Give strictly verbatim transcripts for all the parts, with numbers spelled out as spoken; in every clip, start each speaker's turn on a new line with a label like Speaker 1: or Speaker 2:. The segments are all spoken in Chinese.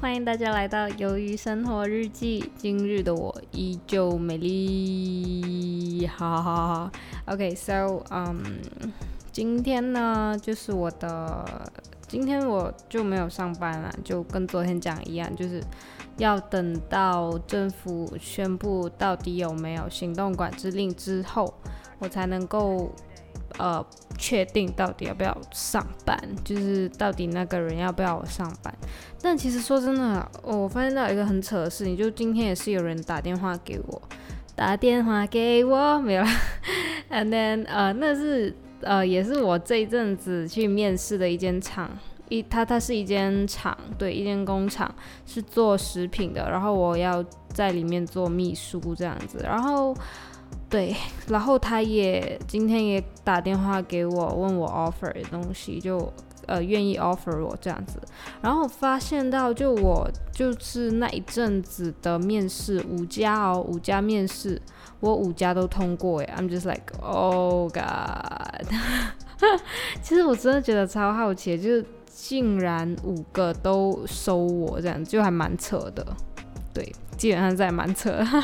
Speaker 1: 欢迎大家来到鱿鱼生活日记。今日的我依旧美丽，哈哈哈。OK，so，、um, 今天呢就是我的，今天我就没有上班了，就跟昨天讲一样，就是要等到政府宣布到底有没有行动管制令之后，我才能够呃确定到底要不要上班，就是到底那个人要不要我上班。但其实说真的，我发现到一个很扯的事情，就今天也是有人打电话给我，打电话给我没有啦，and then 呃那是呃也是我这一阵子去面试的一间厂。一它它是一间厂，对，一间工厂，是做食品的，然后我要在里面做秘书这样子，然后对，然后他也今天也打电话给我，问我 offer 的东西，就呃愿意 offer 我这样子，然后发现到就我就是那一阵子的面试五家哦，五家面试，我五家都通过耶 ，I'm just like oh god 其实我真的觉得超好奇，就是竟然五个都收我这样，就还蛮扯的，对，基本上在蛮扯的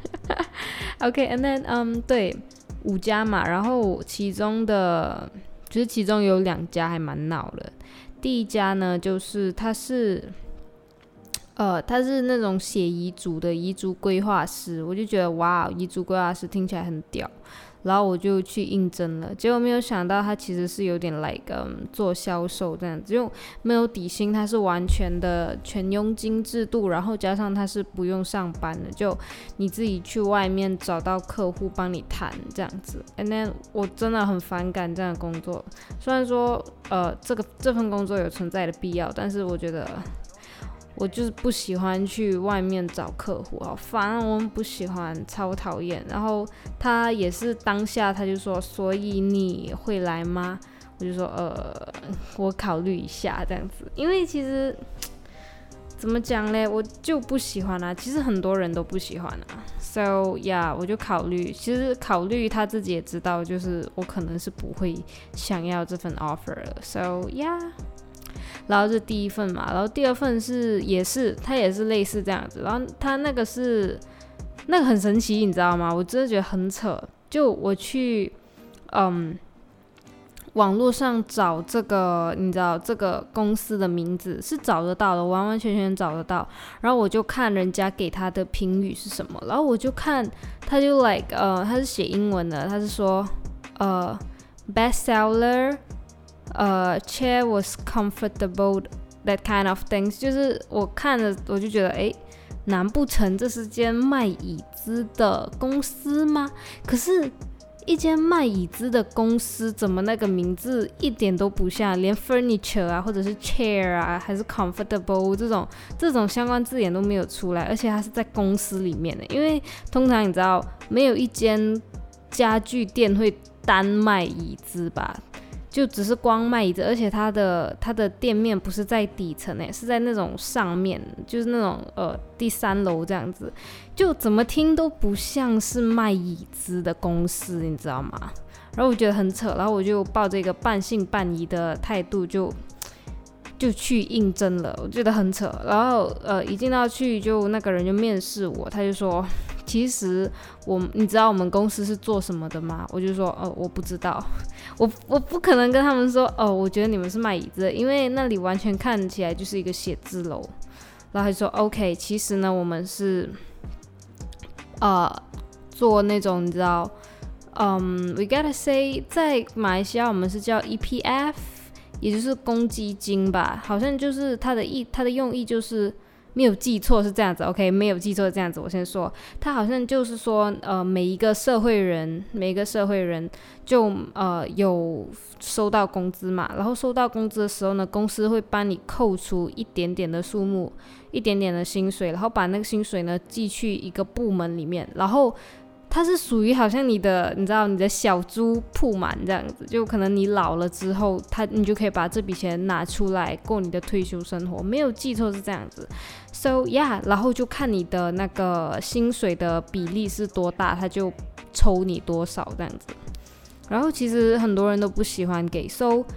Speaker 1: OK，and then， 嗯，对，五家嘛，然后其中的，就是其中有两家还蛮闹的。第一家呢，就是他是，呃，他是那种写遗嘱的遗嘱规划师，我就觉得哇，遗嘱规划师听起来很屌。然后我就去应征了，结果没有想到他其实是有点 like、um, 做销售这样子，就没有底薪，他是完全的全佣金制度，然后加上他是不用上班的，就你自己去外面找到客户帮你谈这样子。And then 我真的很反感这样的工作，虽然说呃这个这份工作有存在的必要，但是我觉得我就是不喜欢去外面找客户，好烦啊！我们不喜欢，超讨厌。然后他也是当下他就说，所以你会来吗？我就说，呃，我考虑一下这样子，因为其实怎么讲嘞，我就不喜欢啊。其实很多人都不喜欢啊。So yeah， 我就考虑，其实考虑他自己也知道，就是我可能是不会想要这份 offer 了。So yeah。然后这第一份嘛，然后第二份是也是它也是类似这样子，然后它那个是那个很神奇，你知道吗？我真的觉得很扯。就我去嗯网络上找这个，你知道这个公司的名字是找得到的，完完全全找得到。然后我就看人家给他的评语是什么，然后我就看他就 like 呃他是写英文的，他是说呃 bestseller。呃、uh, chair was comfortable, that kind of things， 就是我看了我就觉得，哎，难不成这是间卖椅子的公司吗？可是，一间卖椅子的公司，怎么那个名字一点都不像，连 furniture 啊，或者是 chair 啊，还是 comfortable 这种这种相关字眼都没有出来，而且它是在公司里面的，因为通常你知道，没有一间家具店会单卖椅子吧。就只是光卖椅子，而且它的它的店面不是在底层诶，是在那种上面，就是那种呃第三楼这样子，就怎么听都不像是卖椅子的公司，你知道吗？然后我觉得很扯，然后我就抱着一个半信半疑的态度就就去应征了，我觉得很扯。然后呃一进到去就那个人就面试我，他就说。其实我，你知道我们公司是做什么的吗？我就说，哦，我不知道，我我不可能跟他们说，哦，我觉得你们是卖椅子的，因为那里完全看起来就是一个写字楼。然后他就说 ，OK， 其实呢，我们是，呃，做那种你知道，嗯 ，we gotta say， 在马来西亚我们是叫 E P F， 也就是公积金吧，好像就是它的意，它的用意就是。没有记错是这样子 ，OK， 没有记错是这样子。我先说，他好像就是说，呃，每一个社会人，每一个社会人就呃有收到工资嘛，然后收到工资的时候呢，公司会帮你扣除一点点的数目，一点点的薪水，然后把那个薪水呢寄去一个部门里面，然后。它是属于好像你的，你知道你的小猪铺满这样子，就可能你老了之后，它你就可以把这笔钱拿出来过你的退休生活，没有记错是这样子。So yeah， 然后就看你的那个薪水的比例是多大，它就抽你多少这样子。然后其实很多人都不喜欢给 ，so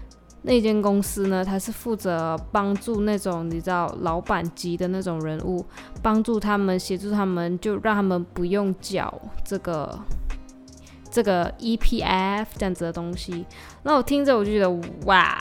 Speaker 1: 那间公司呢，它是负责帮助那种你知道老板级的那种人物，帮助他们协助他们，就让他们不用缴这个这个 E P F 这样子的东西。那我听着我就觉得哇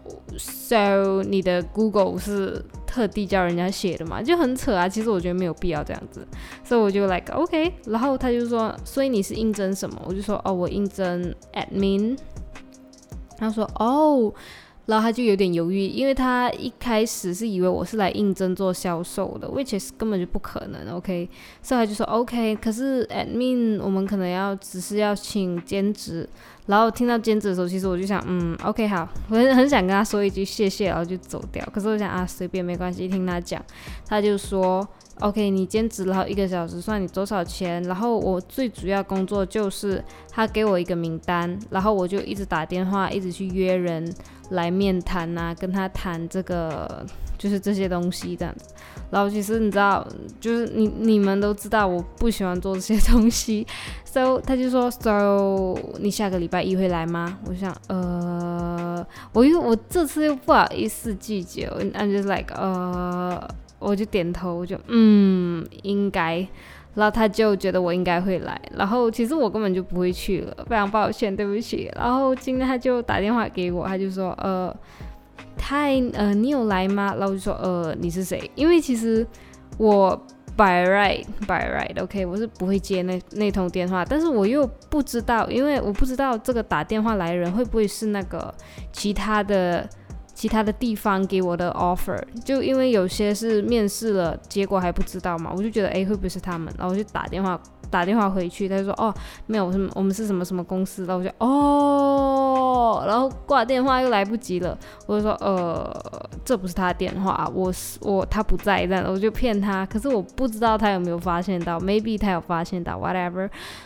Speaker 1: ，so 你的 Google 是特地叫人家写的嘛，就很扯啊。其实我觉得没有必要这样子，所以我就 like OK。然后他就说，所以你是应征什么？我就说哦，我应征 admin。他说哦。然后他就有点犹豫，因为他一开始是以为我是来应征做销售的 which is 根本就不可能 OK， 所以他就说 OK， 可是 admin 我们可能要只是要请兼职。然后听到兼职的时候，其实我就想嗯 OK 好，我很很想跟他说一句谢谢，然后就走掉。可是我想啊随便没关系，听他讲。他就说 OK 你兼职然后一个小时算你多少钱，然后我最主要工作就是他给我一个名单，然后我就一直打电话一直去约人来面谈啊，跟他谈这个就是这些东西这样子。然后其实你知道就是你你们都知道我不喜欢做这些东西， so 他就说 so 你下个礼拜一会来吗？我想呃我又我这次又不好意思拒绝， I'm just like 呃我就点头，我就嗯应该。然后他就觉得我应该会来，然后其实我根本就不会去了，非常抱歉，对不起。然后今天他就打电话给我，他就说呃嗨呃你有来吗？然后我就说呃你是谁？因为其实我 by right by right OK 我是不会接那那通电话，但是我又不知道，因为我不知道这个打电话来的人会不会是那个其他的其他的地方给我的 offer， 就因为有些是面试了结果还不知道嘛，我就觉得诶会不会是他们，然后我就打电话打电话回去，他就说哦没有，我们是什么什么公司，然后我就哦，然后挂电话又来不及了，我就说呃这不是他的电话，我我他不在这样，我就骗他，可是我不知道他有没有发现到 maybe 他有发现到 whatever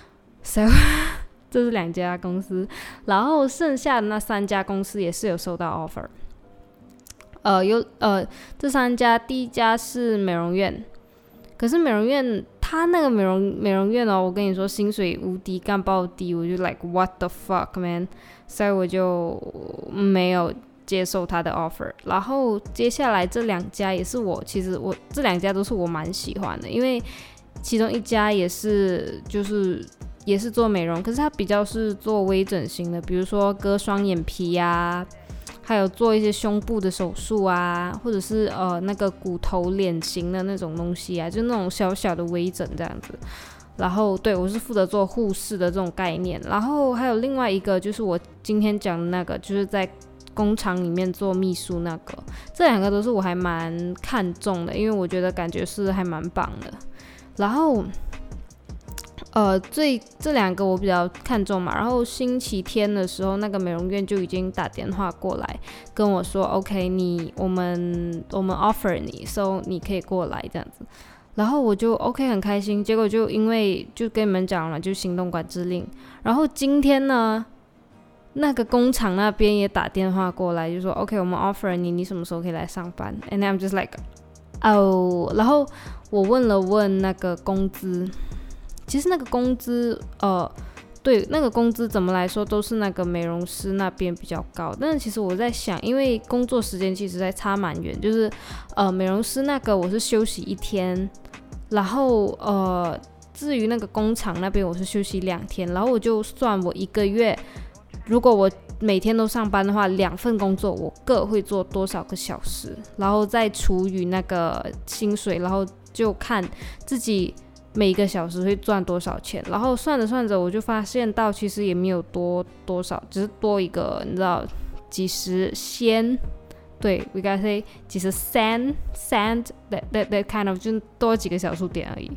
Speaker 1: so 这是两家公司，然后剩下的那三家公司也是有收到 offer。呃，有呃，这三家，第一家是美容院，可是美容院他那个美容美容院哦，我跟你说薪水无敌干爆低，我就 like what the fuck man， 所以我就没有接受他的 offer。然后接下来这两家也是我，其实我这两家都是我蛮喜欢的，因为其中一家也是就是也是做美容，可是他比较是做微整形的，比如说割双眼皮呀、啊。还有做一些胸部的手术啊，或者是呃那个骨头脸型的那种东西啊，就那种小小的微整这样子。然后对我是负责做护士的这种概念，然后还有另外一个就是我今天讲的那个，就是在工厂里面做秘书那个，这两个都是我还蛮看重的，因为我觉得感觉是还蛮棒的。然后呃，最这两个我比较看重嘛，然后星期天的时候，那个美容院就已经打电话过来跟我说 ，OK， 你我们我们 offer 你 ，so 你可以过来这样子，然后我就 OK 很开心，结果就因为就跟你们讲了，就行动管制令，然后今天呢，那个工厂那边也打电话过来，就说 OK， 我们 offer 你，你什么时候可以来上班 ？And I'm just like， 哦，然后我问了问那个工资。其实那个工资，呃，对，那个工资怎么来说都是那个美容师那边比较高。但是其实我在想，因为工作时间其实在差蛮远，就是呃，美容师那个我是休息一天，然后呃，至于那个工厂那边我是休息两天，然后我就算我一个月，如果我每天都上班的话，两份工作我各会做多少个小时，然后再除以那个薪水，然后就看自己。每一个小时会赚多少钱，然后算着算着我就发现到其实也没有多多少，只是多一个你知道几十仙，对 we gotta say 几十 cent cent that, that, that kind of 就多几个小数点而已。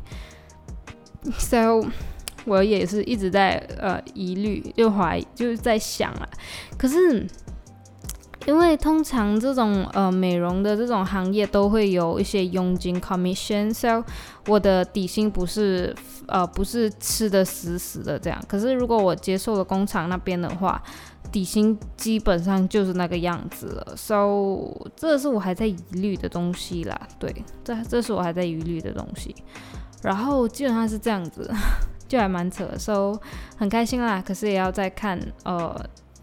Speaker 1: so 我也是一直在呃疑虑，就怀疑，就是在想啦，可是因为通常这种呃美容的这种行业都会有一些佣金 commission， so 我的底薪不是呃不是吃的死死的这样，可是如果我接受了工厂那边的话，底薪基本上就是那个样子了 ，so 这是我还在疑虑的东西啦，对，这这是我还在疑虑的东西，然后基本上是这样子，就还蛮扯的 ，so 很开心啦，可是也要再看呃。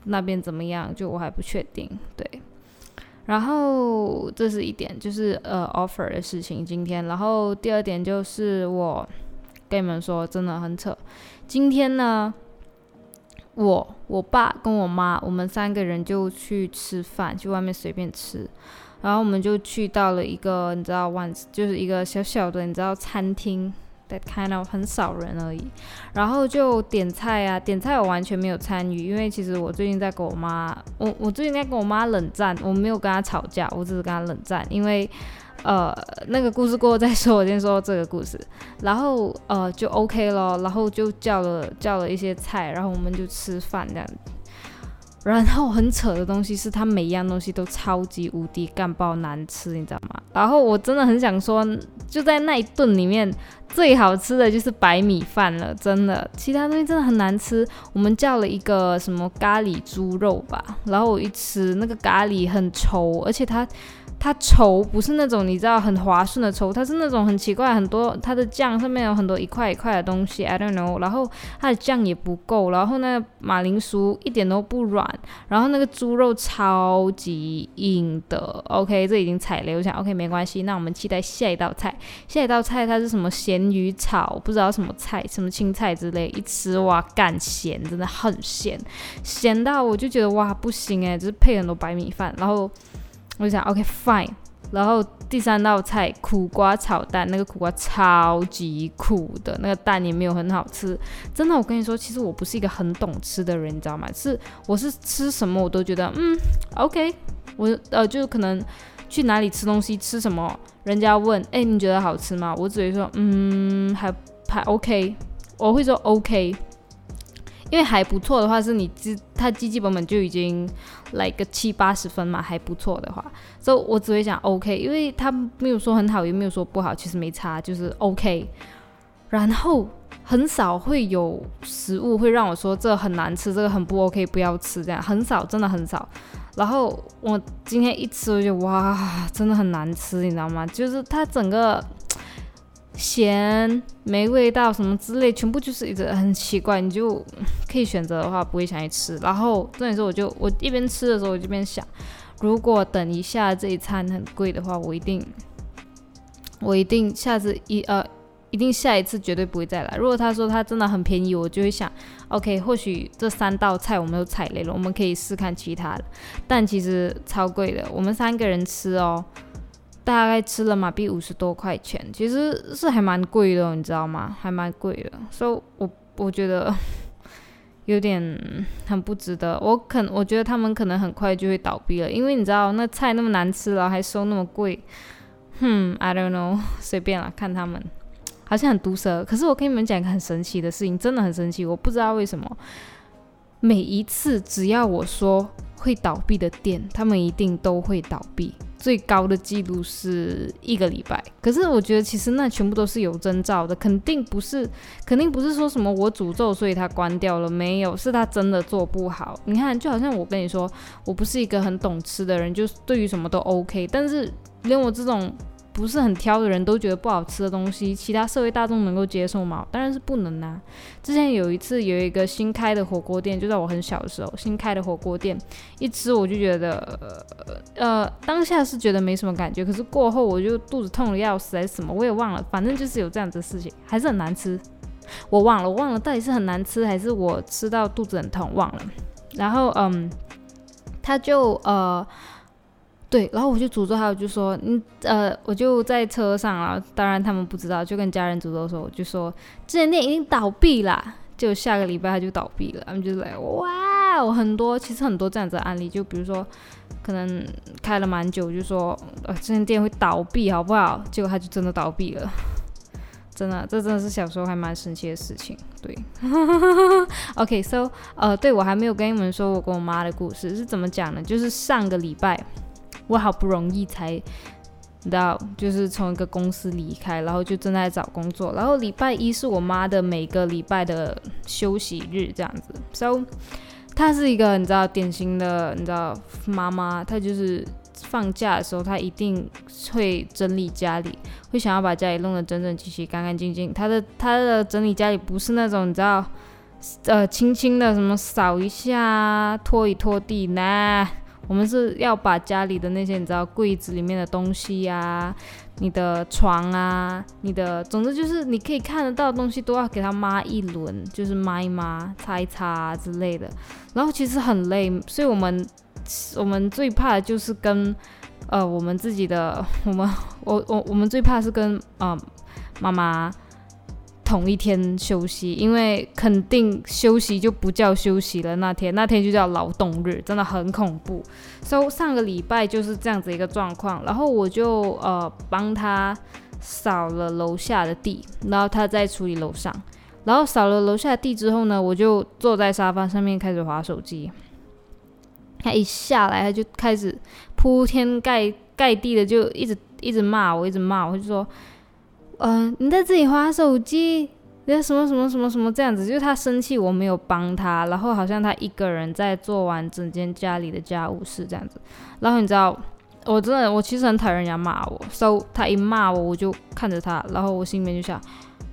Speaker 1: 那边怎么样，就我还不确定。对，然后这是一点，就是呃 offer 的事情今天。然后第二点就是我跟你们说，真的很扯。今天呢，我我爸跟我妈，我们三个人就去吃饭，去外面随便吃。然后我们就去到了一个你知道 once 就是一个小小的你知道餐厅，that kind of 很少人而已。然后就点菜啊，点菜我完全没有参与，因为其实我最近在跟我妈，我我最近在跟我妈冷战，我没有跟她吵架，我只是跟她冷战，因为呃那个故事过后再说，我先说这个故事。然后呃就 OK 咯，然后就叫了叫了一些菜，然后我们就吃饭这样。然后很扯的东西是，它每一样东西都超级无敌干爆难吃，你知道吗？然后我真的很想说，就在那一顿里面最好吃的就是白米饭了，真的，其他东西真的很难吃。我们叫了一个什么咖喱猪肉吧，然后我一吃那个咖喱很稠，而且它它稠不是那种你知道很滑顺的稠，它是那种很奇怪，很多它的酱上面有很多一块一块的东西 I don't know， 然后它的酱也不够，然后那个马铃薯一点都不软，然后那个猪肉超级硬的 OK， 这已经踩雷，我想 OK 没关系，那我们期待下一道菜。下一道菜它是什么咸鱼炒不知道什么菜，什么青菜之类，一吃哇干咸，真的很咸，咸到我就觉得哇不行耶，就是配很多白米饭。然后我就想 OK fine， 然后第三道菜苦瓜炒蛋，那个苦瓜超级苦的，那个蛋也没有很好吃，真的我跟你说，其实我不是一个很懂吃的人，你知道吗？是我是吃什么我都觉得嗯 OK， 我呃就可能去哪里吃东西吃什么，人家问哎、欸、你觉得好吃吗？我只会说嗯还还 OK， 我会说 OK。因为还不错的话，是你它基基本本就已经来个七八十分嘛，还不错的话，所以我只会讲 OK， 因为它没有说很好，也没有说不好，其实没差，就是 OK。然后很少会有食物会让我说这很难吃，这个很不 OK， 不要吃，这样很少，真的很少。然后我今天一吃，我就哇，真的很难吃，你知道吗？就是它整个咸没味道什么之类，全部就是一直很奇怪，你就可以选择的话不会想去吃。然后重点是我就我一边吃的时候我就一边想，如果等一下这一餐很贵的话，我一定我一定下次一呃一定下一次绝对不会再来。如果他说他真的很便宜，我就会想 OK 或许这三道菜我们都踩雷了，我们可以试看其他的，但其实超贵的，我们三个人吃哦大概吃了马币五十多块钱，其实是还蛮贵的，你知道吗？还蛮贵的，所以我我觉得有点很不值得。我可我觉得他们可能很快就会倒闭了，因为你知道那菜那么难吃了，还收那么贵。哼 I don't know， 随便啦，看他们，好像很毒舌。可是我跟你们讲一个很神奇的事情，真的很神奇，我不知道为什么，每一次只要我说会倒闭的店，他们一定都会倒闭。最高的记录是一个礼拜，可是我觉得其实那全部都是有征兆的，肯定不是，肯定不是说什么我诅咒所以它关掉了，没有，是它真的做不好。你看，就好像我跟你说，我不是一个很懂吃的人，就是对于什么都 OK， 但是连我这种不是很挑的人都觉得不好吃的东西，其他社会大众能够接受吗？当然是不能啊。之前有一次有一个新开的火锅店，就在我很小的时候，新开的火锅店，一吃我就觉得呃当下是觉得没什么感觉，可是过后我就肚子痛的要死还是什么，我也忘了，反正就是有这样子的事情，还是很难吃，我忘了我忘了到底是很难吃还是我吃到肚子很痛，忘了。然后嗯他就呃对，然后我就诅咒他，我就说，嗯，呃，我就在车上啊，当然他们不知道，就跟家人诅咒的时候，我就说，这间店已经倒闭啦，就下个礼拜他就倒闭了，他们就来，哇，很多，其实很多这样子的案例，就比如说，可能开了蛮久，就说，呃，这间店会倒闭，好不好？结果他就真的倒闭了。真的，这真的是小时候还蛮神奇的事情，对。OK， so， 呃，对，我还没有跟你们说我跟我妈的故事是怎么讲呢？就是上个礼拜。我好不容易才你知道，就是从一个公司离开，然后就正在找工作，然后礼拜一是我妈的每个礼拜的休息日这样子， so 她是一个你知道典型的你知道妈妈，她就是放假的时候她一定会整理家里，会想要把家里弄得整整齐齐干干净净，她的她的整理家里不是那种你知道呃轻轻的什么扫一下拖一拖地呢，我们是要把家里的那些你知道柜子里面的东西啊，你的床啊，你的总之就是你可以看得到的东西都要给它抹一轮，就是抹一抹擦一擦、啊、之类的。然后其实很累，所以我们我们最怕的就是跟呃我们自己的我们我我我们最怕的是跟呃妈妈同一天休息，因为肯定休息就不叫休息了，那天那天就叫劳动日，真的很恐怖。所以上个礼拜就是这样子一个状况，然后我就呃帮他扫了楼下的地，然后他再处理楼上，然后扫了楼下的地之后呢，我就坐在沙发上面开始滑手机。他一下来他就开始铺天盖盖地的就一直一直骂我，一直骂我，我就说呃，你在这里滑手机，你什么什么什么什么这样子，就是他生气我没有帮他，然后好像他一个人在做完整间家里的家务事这样子。然后你知道，我真的我其实很讨厌人家骂我，所以他一骂我，我就看着他，然后我心里面就想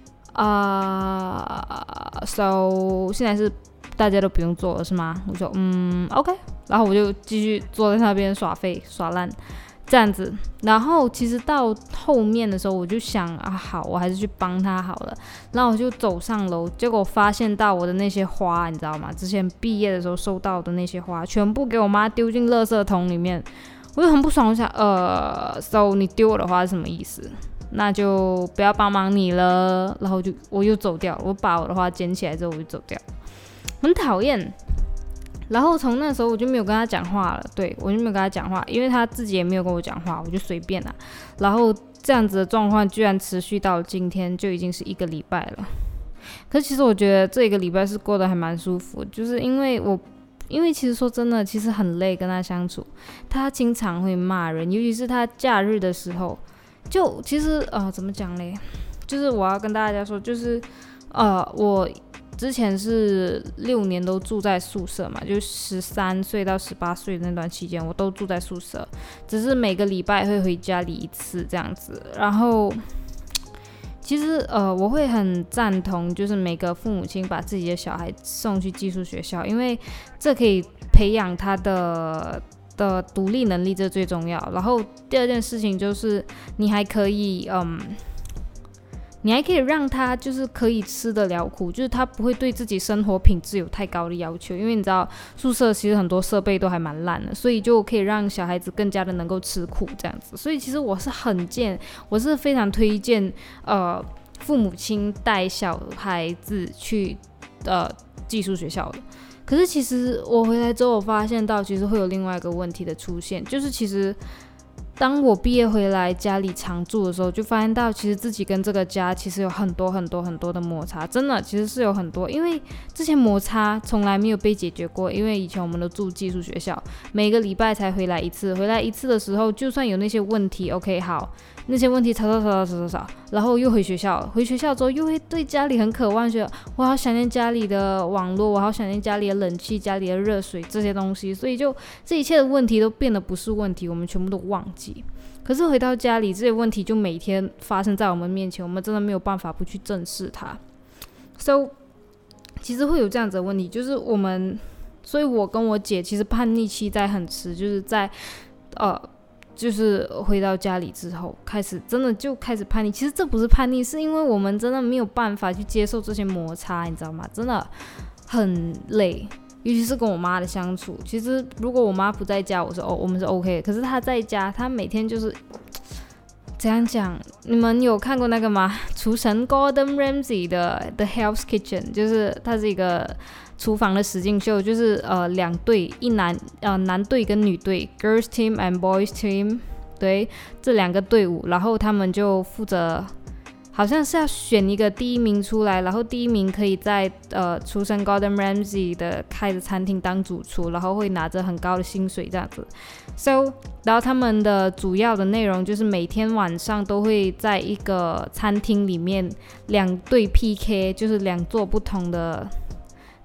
Speaker 1: 啊、呃、，so 现在是大家都不用做了是吗？我说嗯 OK， 然后我就继续坐在那边耍废耍烂。这样子，然后其实到后面的时候，我就想啊，好，我还是去帮他好了。然后我就走上楼，结果发现到我的那些花，你知道吗？之前毕业的时候收到的那些花，全部给我妈丢进垃圾桶里面，我就很不爽。我想，呃 ，so 你丢我的花是什么意思？那就不要帮忙你了。然后就我又走掉，我把我的花捡起来之后我就走掉，很讨厌。然后从那时候我就没有跟他讲话了，对，我就没有跟他讲话，因为他自己也没有跟我讲话，我就随便啦。然后这样子的状况居然持续到今天，就已经是一个礼拜了。可是其实我觉得这一个礼拜是过得还蛮舒服，就是因为我，因为其实说真的，其实很累跟他相处，他经常会骂人，尤其是他假日的时候，就其实呃怎么讲嘞，就是我要跟大家说，就是呃我。之前是六年都住在宿舍嘛，就十三岁到十八岁的那段期间，我都住在宿舍，只是每个礼拜会回家里一次这样子。然后，其实呃，我会很赞同，就是每个父母亲把自己的小孩送去寄宿学校，因为这可以培养他的的独立能力，这最重要。然后第二件事情就是，你还可以嗯。你还可以让他就是可以吃得了苦，就是他不会对自己生活品质有太高的要求，因为你知道宿舍其实很多设备都还蛮烂的，所以就可以让小孩子更加的能够吃苦这样子。所以其实我是很荐，我是非常推荐呃父母亲带小孩子去呃寄宿学校的。可是其实我回来之后，我发现到其实会有另外一个问题的出现，就是其实。当我毕业回来家里常住的时候，就发现到其实自己跟这个家其实有很多很多很多的摩擦，真的其实是有很多，因为这些摩擦从来没有被解决过。因为以前我们都住寄宿学校，每个礼拜才回来一次，回来一次的时候，就算有那些问题 ，OK 好，那些问题吵吵吵吵吵吵，然后又回学校，回学校之后又会对家里很渴望，觉得我好想念家里的网络，我好想念家里的冷气、家里的热水这些东西，所以就这一切的问题都变得不是问题，我们全部都忘记。可是回到家里，这些问题就每天发生在我们面前，我们真的没有办法不去正视它。So， 其实会有这样子的问题，就是我们，所以我跟我姐其实叛逆期在很迟，就是在呃，就是回到家里之后，开始真的就开始叛逆。其实这不是叛逆，是因为我们真的没有办法去接受这些摩擦，你知道吗？真的很累。尤其是跟我妈的相处，其实如果我妈不在家，我是哦，我们是 OK 的。可是她在家，她每天就是怎样讲？你们有看过那个吗？厨神 Gordon Ramsay 的 The Hell's Kitchen， 就是它是一个厨房的实境秀，就是呃两队，一男呃男队跟女队 ，Girls Team and Boys Team， 对，这两个队伍，然后他们就负责。好像是要选一个第一名出来，然后第一名可以在呃厨神 Gordon Ramsay 的开的餐厅当主厨，然后会拿着很高的薪水这样子。So， 然后他们的主要的内容就是每天晚上都会在一个餐厅里面两队 P K， 就是两座不同的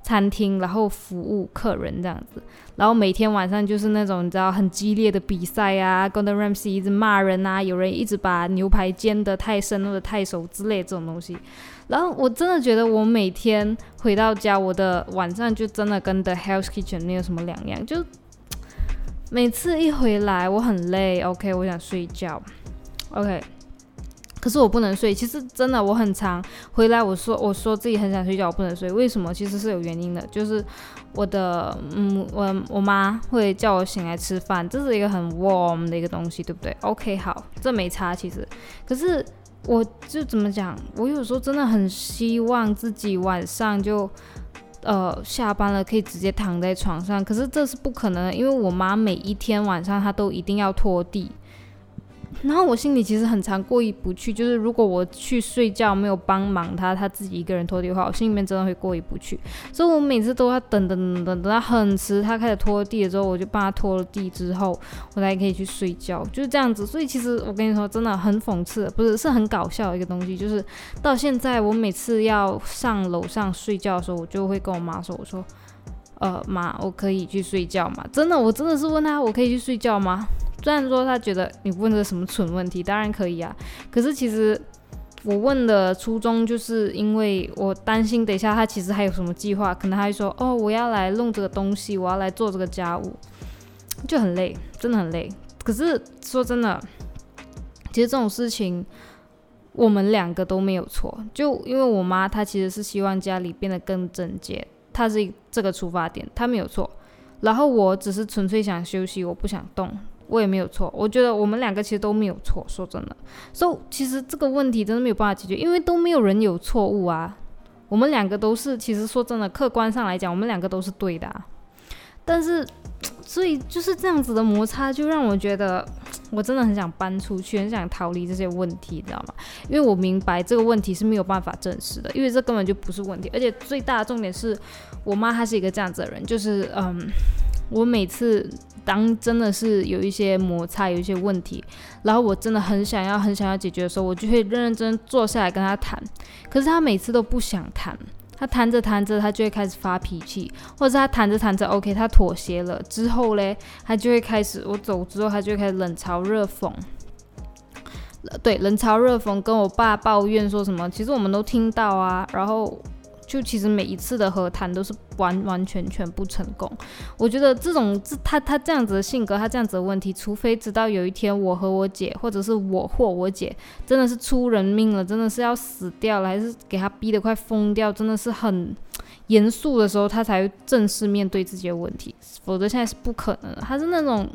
Speaker 1: 餐厅，然后服务客人这样子，然后每天晚上就是那种你知道很激烈的比赛啊 ，Gordon Ramsay 一直骂人啊，有人一直把牛排煎得太深或者太熟之类这种东西。然后我真的觉得我每天回到家，我的晚上就真的跟 The Hell's Kitchen 没有什么两样，就每次一回来我很累 ，OK， 我想睡觉 ，OK。可是我不能睡，其实真的我很常回来，我说我说自己很想睡觉，我不能睡，为什么？其实是有原因的，就是我的嗯，我我妈会叫我醒来吃饭，这是一个很 warm 的一个东西，对不对 ？OK， 好，这没差其实，可是我就怎么讲，我有时候真的很希望自己晚上就呃下班了可以直接躺在床上，可是这是不可能的，因为我妈每一天晚上她都一定要拖地。然后我心里其实很常过意不去，就是如果我去睡觉没有帮忙他，他自己一个人拖地的话，我心里面真的会过意不去。所以我每次都要等等等等等到很迟，他开始拖地的时候，我就帮他拖了地之后，我才可以去睡觉，就是这样子。所以其实我跟你说，真的很讽刺，不是是很搞笑的一个东西，就是到现在我每次要上楼上睡觉的时候，我就会跟我妈说，我说，呃，妈，我可以去睡觉吗？真的，我真的是问他，我可以去睡觉吗？虽然说他觉得你问这什么蠢问题，当然可以啊。可是其实我问的初衷就是因为我担心等一下他其实还有什么计划，可能他会说哦我要来弄这个东西，我要来做这个家务，就很累，真的很累。可是说真的，其实这种事情我们两个都没有错，就因为我妈她其实是希望家里变得更整洁，她是这个出发点，她没有错。然后我只是纯粹想休息，我不想动。我也没有错，我觉得我们两个其实都没有错，说真的。所以其实这个问题真的没有办法解决，因为都没有人有错误啊。我们两个都是，其实说真的，客观上来讲，我们两个都是对的啊。但是，所以就是这样子的摩擦，就让我觉得我真的很想搬出去，很想逃离这些问题，你知道吗？因为我明白这个问题是没有办法证实的，因为这根本就不是问题。而且最大的重点是我妈她是一个这样子的人，就是嗯，我每次当真的是有一些摩擦，有一些问题，然后我真的很想要很想要解决的时候，我就会认认真真坐下来跟她谈。可是她每次都不想谈。他谈着谈着，他就会开始发脾气，或者是他谈着谈着 ，OK， 他妥协了之后嘞，他就会开始，我走之后，他就会开始冷嘲热讽。对，冷嘲热讽，跟我爸抱怨说什么，其实我们都听到啊，然后就其实每一次的和谈都是完完全全不成功。我觉得这种他他这样子的性格，他这样子的问题，除非直到有一天我和我姐，或者是我或我姐真的是出人命了，真的是要死掉了，还是给他逼得快疯掉，真的是很严肃的时候，他才会正式面对自己的问题，否则现在是不可能的。他是那种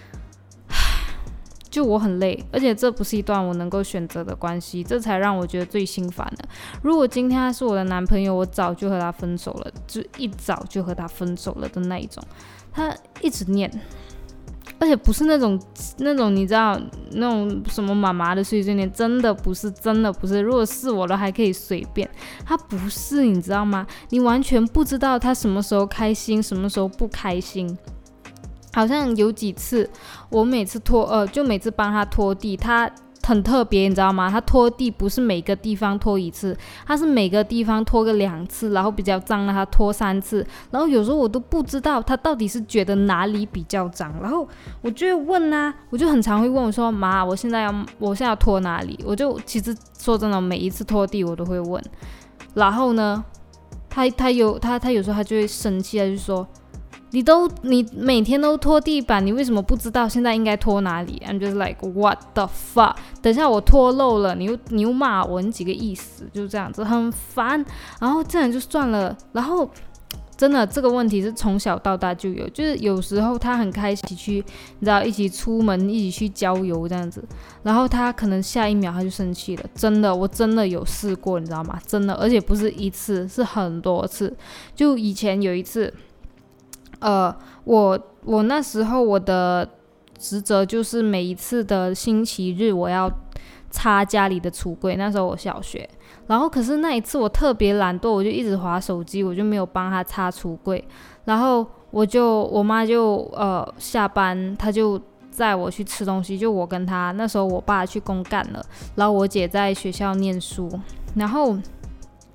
Speaker 1: 就我很累，而且这不是一段我能够选择的关系，这才让我觉得最心烦的。如果今天他是我的男朋友，我早就和他分手了，就一早就和他分手了的那一种。他一直念，而且不是那种那种你知道那种什么妈妈的碎碎念，真的不是，真的不是。如果是我的还可以随便，他不是，你知道吗？你完全不知道他什么时候开心，什么时候不开心。好像有几次，我每次拖呃，就每次帮他拖地，他很特别，你知道吗？他拖地不是每个地方拖一次，他是每个地方拖个两次，然后比较脏了他拖三次，然后有时候我都不知道他到底是觉得哪里比较脏，然后我就会问啊，我就很常会问我说妈，我现在要我现在要拖哪里？我就其实说真的，每一次拖地我都会问，然后呢，他他有他他有时候他就会生气，他就说。你都你每天都拖地板，你为什么不知道现在应该拖哪里 ？I'm just like what the fuck！ 等一下我拖漏了，你又你又骂我，你几个意思？就是这样子，很烦。然后这样就算了。然后真的这个问题是从小到大就有，就是有时候他很开心去，你知道一起出门一起去郊游这样子，然后他可能下一秒他就生气了。真的，我真的有试过，你知道吗？真的，而且不是一次，是很多次。就以前有一次。呃，我我那时候我的职责就是每一次的星期日我要擦家里的橱柜，那时候我小学，然后可是那一次我特别懒惰，我就一直滑手机，我就没有帮他擦橱柜，然后我就我妈就呃下班，她就载我去吃东西，就我跟她，那时候我爸去公干了，然后我姐在学校念书，然后。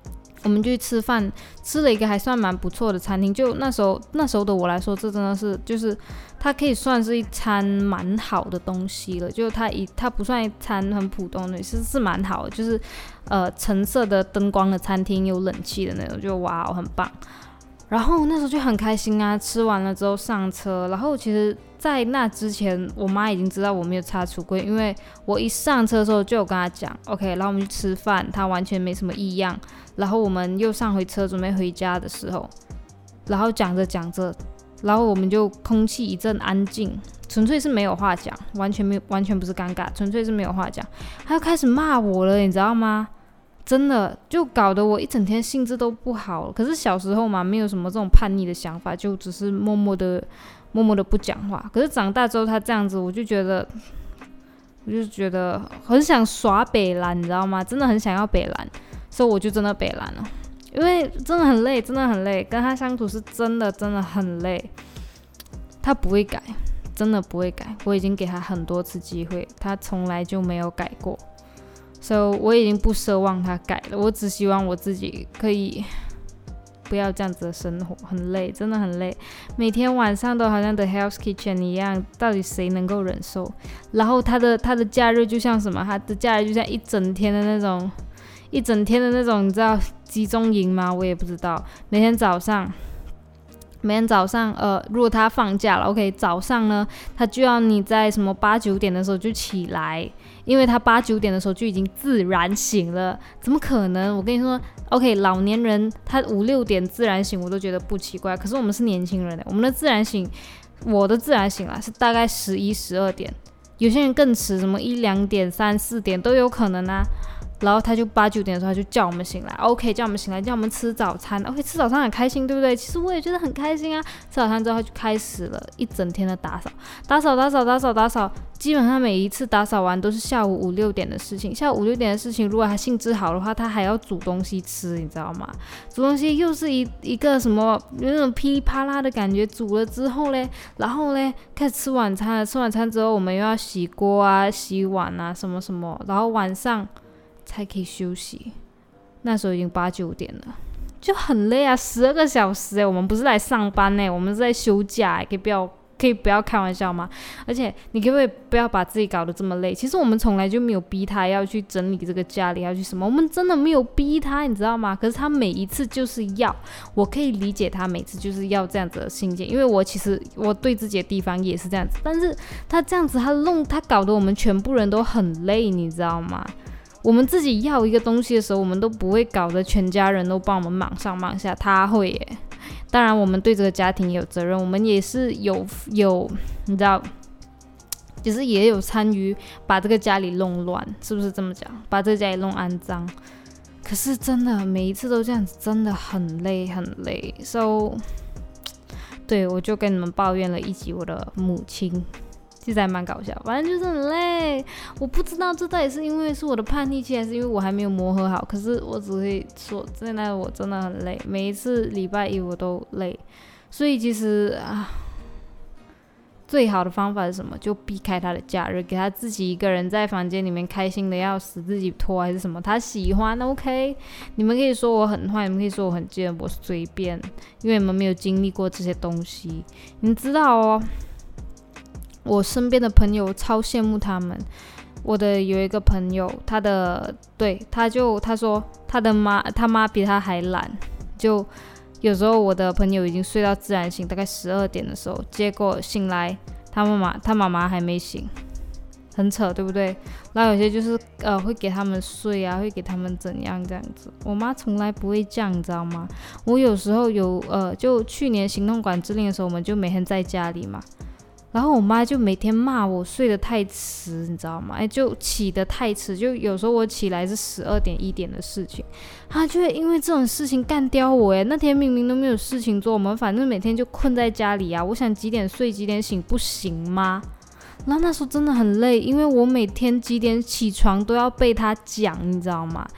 Speaker 1: 我们就去吃饭，吃了一个还算蛮不错的餐厅。就那时候那时候的我来说，这真的是就是它可以算是一餐蛮好的东西了。就它一它不算一餐很普通的，是是蛮好的，就是呃橙色的灯光的餐厅，有冷气的那种，就哇很棒。然后那时候就很开心啊，吃完了之后上车，然后其实在那之前我妈已经知道我没有插橱柜，因为我一上车的时候就有跟她讲 OK， 然后我们去吃饭，她完全没什么异样。然后我们又上回车准备回家的时候，然后讲着讲着，然后我们就空气一阵安静，纯粹是没有话讲，完全没有完全不是尴尬，纯粹是没有话讲。她又开始骂我了，你知道吗？真的就搞得我一整天兴致都不好了。可是小时候嘛，没有什么这种叛逆的想法，就只是默默的默默的不讲话。可是长大之后他这样子，我就觉得我就觉得很想耍北兰，你知道吗？真的很想要北兰，所以我就真的北兰了。因为真的很累，真的很累，跟他相处是真的真的很累。他不会改，真的不会改。我已经给他很多次机会，他从来就没有改过。所以我已经不奢望他改了，我只希望我自己可以不要这样子的生活，很累，真的很累。每天晚上都好像 The Hell's Kitchen 一样，到底谁能够忍受？然后他的他的假日就像什么？他的假日就像一整天的那种，一整天的那种，你知道集中营吗？我也不知道。每天早上。每天早上，呃，如果他放假了 ，OK， 早上呢，他就要你在什么八九点的时候就起来，因为他八九点的时候就已经自然醒了，怎么可能？我跟你说 ，OK， 老年人他五六点自然醒，我都觉得不奇怪。可是我们是年轻人，我们的自然醒，我的自然醒啦是大概十一、十二点，有些人更迟，什么一两点、三四点都有可能啊。然后他就八九点的时候，他就叫我们醒来 ，OK， 叫我们醒来，叫我们吃早餐 ，OK， 吃早餐很开心，对不对？其实我也觉得很开心啊。吃早餐之后，他就开始了一整天的打扫，打扫，打扫，打扫，打扫。基本上每一次打扫完都是下午五六点的事情。下午五六点的事情，如果他兴致好的话，他还要煮东西吃，你知道吗？煮东西又是一一个什么有那种噼里啪啦的感觉。煮了之后嘞，然后嘞开始吃晚餐了。吃晚餐之后，我们又要洗锅啊、洗碗啊，什么什么。然后晚上才可以休息，那时候已经八九点了，就很累啊，十二个小时哎、欸，我们不是来上班哎、欸，我们是在休假哎、欸，可以不要可以不要开玩笑吗？而且你可不可以不要把自己搞得这么累？其实我们从来就没有逼他要去整理这个家里，要去什么，我们真的没有逼他，你知道吗？可是他每一次就是要，我可以理解他每次就是要这样子的信件，因为我其实我对自己的地方也是这样子，但是他这样子他弄他搞得我们全部人都很累，你知道吗？我们自己要一个东西的时候，我们都不会搞得全家人都帮我们忙上忙下，他会耶。当然，我们对这个家庭也有责任，我们也是有有，你知道，就是也有参与把这个家里弄乱，是不是这么讲？把这个家里弄肮脏。可是真的每一次都这样子，真的很累很累。So， 对，我就跟你们抱怨了一集我的母亲。其实还蛮搞笑，反正就是很累。我不知道这到底是因为是我的叛逆期，还是因为我还没有磨合好。可是我只会说，现在我真的很累，每一次礼拜一我都累。所以其实啊，最好的方法是什么？就避开他的假日，给他自己一个人在房间里面开心的要死，自己拖还是什么，他喜欢 OK。你们可以说我很坏，你们可以说我很贱，我随便，因为你们没有经历过这些东西。你们知道哦。我身边的朋友超羡慕他们。我的有一个朋友，他的对，他就他说他的妈，他妈比他还懒。就有时候我的朋友已经睡到自然醒，大概十二点的时候，结果醒来，他妈妈他妈妈还没醒，很扯，对不对？然后有些就是呃会给他们睡啊，会给他们怎样这样子。我妈从来不会这样，你知道吗？我有时候有呃，就去年行动管制令的时候，我们就每天在家里嘛。然后我妈就每天骂我睡得太迟，你知道吗？哎，就起得太迟，就有时候我起来是十二点一点的事情，她就会因为这种事情干掉我。哎，那天明明都没有事情做，我们反正每天就困在家里啊。我想几点睡几点醒不行吗？然后那时候真的很累，因为我每天几点起床都要被她讲，你知道吗？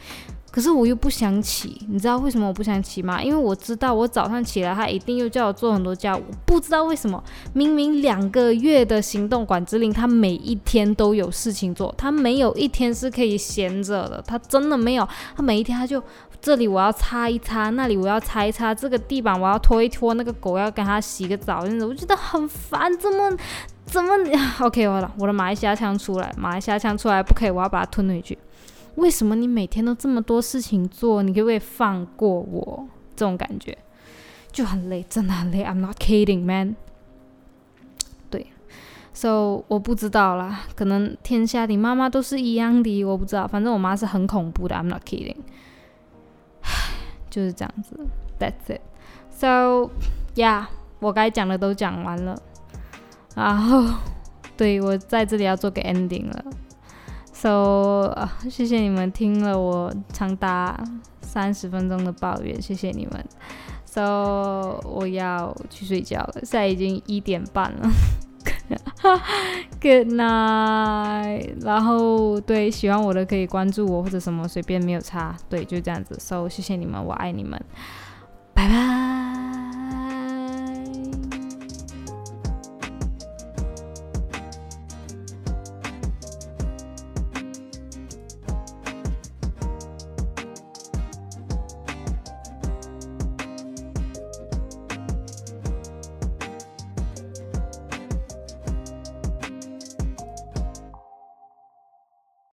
Speaker 1: 可是我又不想起，你知道为什么我不想起吗？因为我知道我早上起来，他一定又叫我做很多家务，我不知道为什么。明明两个月的行动管制令，他每一天都有事情做，他没有一天是可以闲着的，他真的没有。他每一天他就这里我要擦一擦，那里我要擦一擦，这个地板我要拖一拖，那个狗要跟他洗个澡，我觉得很烦，怎么怎么 ？OK， 我的我的马来西亚腔出来，马来西亚腔出来不可以，我要把它吞回去。为什么你每天都这么多事情做？你可不可以放过我？这种感觉就很累，真的很累。I'm not kidding, man。对 ，so 我不知道啦，可能天下的妈妈都是一样的，我不知道。反正我妈是很恐怖的 ，I'm not kidding。就是这样子 ，That's it。So yeah， 我该讲的都讲完了，然后对我在这里要做个 ending 了。So， uh, 谢谢你们听了我长达三十分钟的抱怨，谢谢你们。So， 我要去睡觉了，现在已经一点半了。Good night。然后对喜欢我的可以关注我或者什么随便没有差，对就这样子。So， 谢谢你们，我爱你们，拜拜。